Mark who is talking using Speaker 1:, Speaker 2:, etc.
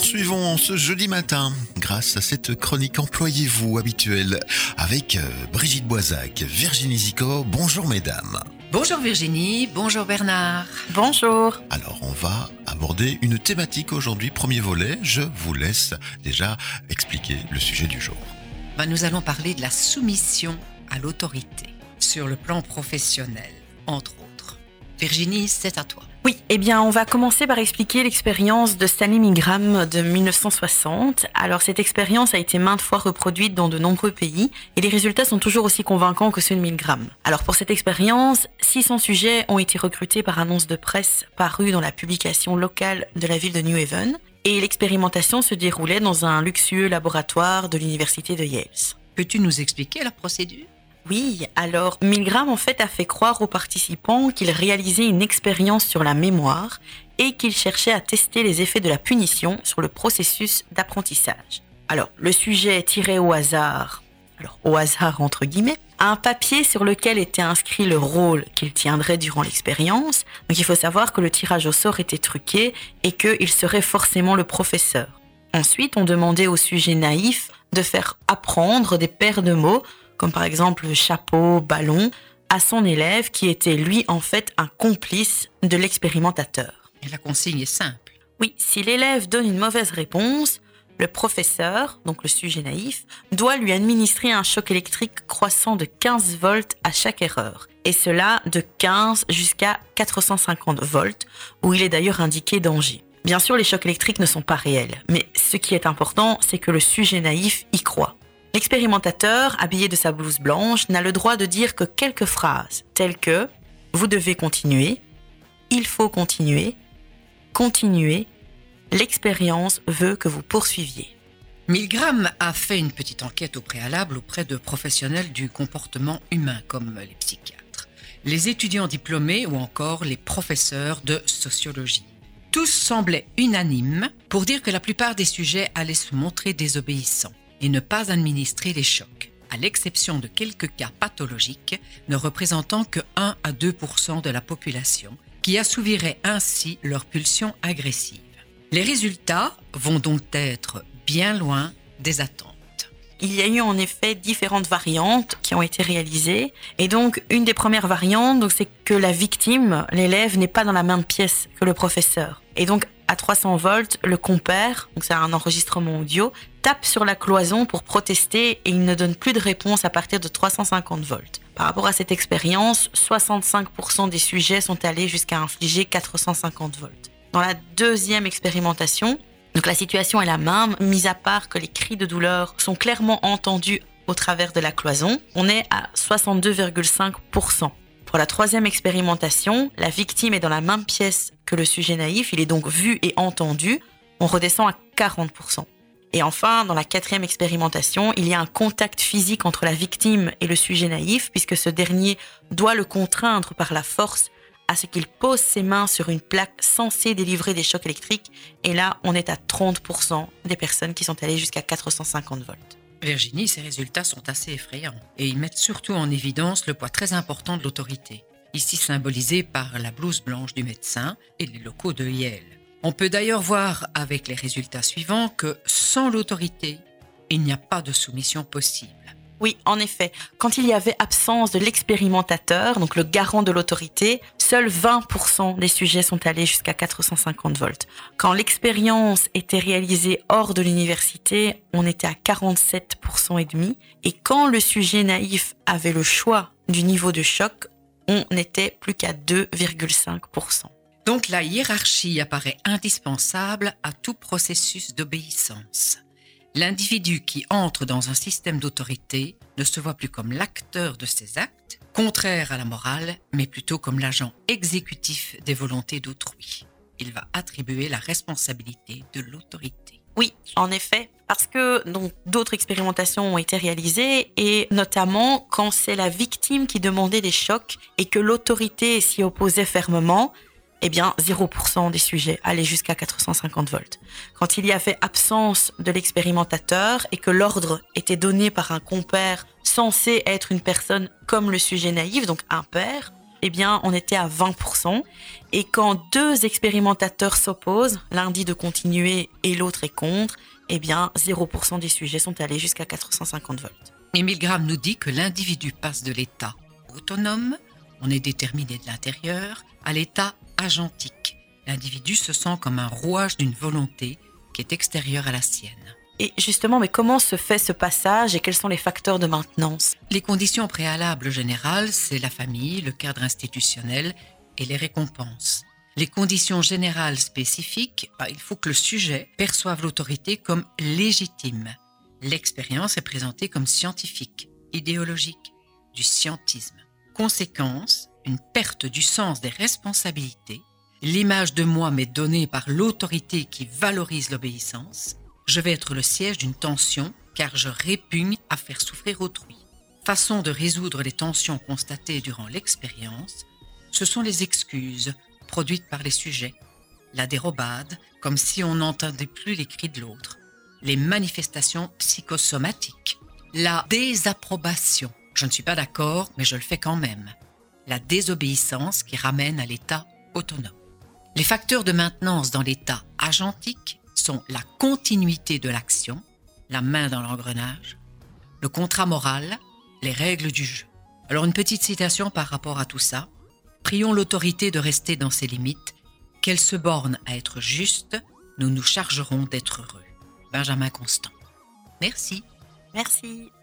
Speaker 1: poursuivons ce jeudi matin grâce à cette chronique Employez-vous habituelle avec Brigitte Boisac, Virginie Zico. Bonjour mesdames.
Speaker 2: Bonjour Virginie, bonjour Bernard.
Speaker 3: Bonjour.
Speaker 1: Alors on va aborder une thématique aujourd'hui, premier volet. Je vous laisse déjà expliquer le sujet du jour.
Speaker 2: Nous allons parler de la soumission à l'autorité sur le plan professionnel, entre autres. Virginie, c'est à toi.
Speaker 3: Oui, on va commencer par expliquer l'expérience de Stanley Milgram de 1960. Alors, cette expérience a été maintes fois reproduite dans de nombreux pays et les résultats sont toujours aussi convaincants que ceux de Milgram. Alors, pour cette expérience, 600 sujets ont été recrutés par annonce de presse parue dans la publication locale de la ville de New Haven et l'expérimentation se déroulait dans un luxueux laboratoire de l'université de Yale.
Speaker 2: Peux-tu nous expliquer la procédure ?
Speaker 3: Oui, alors Milgram a fait croire aux participants qu'il réalisait une expérience sur la mémoire et qu'il cherchait à tester les effets de la punition sur le processus d'apprentissage. Alors, le sujet tirait au hasard entre guillemets, un papier sur lequel était inscrit le rôle qu'il tiendrait durant l'expérience. Donc il faut savoir que le tirage au sort était truqué et qu'il serait forcément le professeur. Ensuite, on demandait au sujet naïf de faire apprendre des paires de mots comme par exemple chapeau, ballon, à son élève qui était lui en fait un complice de l'expérimentateur.
Speaker 2: Et la consigne est simple.
Speaker 3: Oui, si l'élève donne une mauvaise réponse, le professeur, donc le sujet naïf, doit lui administrer un choc électrique croissant de 15 volts à chaque erreur. Et cela de 15 jusqu'à 450 volts, où il est d'ailleurs indiqué danger. Bien sûr, les chocs électriques ne sont pas réels, mais ce qui est important, c'est que le sujet naïf y croit. L'expérimentateur, habillé de sa blouse blanche, n'a le droit de dire que quelques phrases, telles que « vous devez continuer »,« il faut continuer »,« continuer »,« l'expérience veut que vous poursuiviez ».
Speaker 2: Milgram a fait une petite enquête au préalable auprès de professionnels du comportement humain, comme les psychiatres, les étudiants diplômés ou encore les professeurs de sociologie. Tous semblaient unanimes pour dire que la plupart des sujets allaient se montrer désobéissants et ne pas administrer les chocs, à l'exception de quelques cas pathologiques ne représentant que 1 à 2% de la population, qui assouviraient ainsi leurs pulsions agressives. Les résultats vont donc être bien loin des attentes.
Speaker 3: Il y a eu en effet différentes variantes qui ont été réalisées. Et donc, une des premières variantes, c'est que la victime, l'élève, n'est pas dans la même pièce que le professeur. Et donc, à 300 volts, le compère, donc c'est un enregistrement audio, tape sur la cloison pour protester et il ne donne plus de réponse à partir de 350 volts. Par rapport à cette expérience, 65% des sujets sont allés jusqu'à infliger 450 volts. Dans la deuxième expérimentation, donc la situation est la même, mis à part que les cris de douleur sont clairement entendus au travers de la cloison, on est à 62,5%. Pour la troisième expérimentation, la victime est dans la même pièce que le sujet naïf, il est donc vu et entendu, on redescend à 40%. Et enfin, dans la quatrième expérimentation, il y a un contact physique entre la victime et le sujet naïf, puisque ce dernier doit le contraindre par la force à ce qu'il pose ses mains sur une plaque censée délivrer des chocs électriques. Et là, on est à 30% des personnes qui sont allées jusqu'à 450 volts.
Speaker 2: Virginie, ces résultats sont assez effrayants et ils mettent surtout en évidence le poids très important de l'autorité, ici symbolisé par la blouse blanche du médecin et les locaux de Yale. On peut d'ailleurs voir avec les résultats suivants que sans l'autorité, il n'y a pas de soumission possible.
Speaker 3: Oui, en effet, quand il y avait absence de l'expérimentateur, donc le garant de l'autorité, seuls 20% des sujets sont allés jusqu'à 450 volts. Quand l'expérience était réalisée hors de l'université, on était à 47% et demi. Et quand le sujet naïf avait le choix du niveau de choc, on n'était plus qu'à 2,5%.
Speaker 2: Donc la hiérarchie apparaît indispensable à tout processus d'obéissance. L'individu qui entre dans un système d'autorité ne se voit plus comme l'acteur de ses actes, contraire à la morale, mais plutôt comme l'agent exécutif des volontés d'autrui. Il va attribuer la responsabilité de l'autorité.
Speaker 3: Oui, en effet, parce que donc d'autres expérimentations ont été réalisées et notamment quand c'est la victime qui demandait des chocs et que l'autorité s'y opposait fermement, 0% des sujets allaient jusqu'à 450 volts. Quand il y avait absence de l'expérimentateur et que l'ordre était donné par un compère censé être une personne comme le sujet naïf, donc un père, eh bien, on était à 20%. Et quand 2 expérimentateurs s'opposent, l'un dit de continuer et l'autre est contre, eh bien, 0% des sujets sont allés jusqu'à 450 volts.
Speaker 2: Et Milgram nous dit que l'individu passe de l'état autonome, on est déterminé de l'intérieur, à l'état agentique. L'individu se sent comme un rouage d'une volonté qui est extérieure à la sienne.
Speaker 3: Et justement, mais comment se fait ce passage et quels sont les facteurs de maintenance ?
Speaker 2: Les conditions préalables générales, c'est la famille, le cadre institutionnel et les récompenses. Les conditions générales spécifiques, il faut que le sujet perçoive l'autorité comme légitime. L'expérience est présentée comme scientifique, idéologique, du scientisme. Conséquence, une perte du sens des responsabilités. L'image de moi m'est donnée par l'autorité qui valorise l'obéissance. Je vais être le siège d'une tension car je répugne à faire souffrir autrui. Façon de résoudre les tensions constatées durant l'expérience, ce sont les excuses produites par les sujets, la dérobade, comme si on n'entendait plus les cris de l'autre, les manifestations psychosomatiques, la désapprobation, je ne suis pas d'accord mais je le fais quand même, la désobéissance qui ramène à l'état autonome. Les facteurs de maintenance dans l'état agentique sont la continuité de l'action, la main dans l'engrenage, le contrat moral, les règles du jeu. Alors une petite citation par rapport à tout ça. Prions l'autorité de rester dans ses limites, qu'elle se borne à être juste, nous nous chargerons d'être heureux. Benjamin Constant. Merci.
Speaker 3: Merci.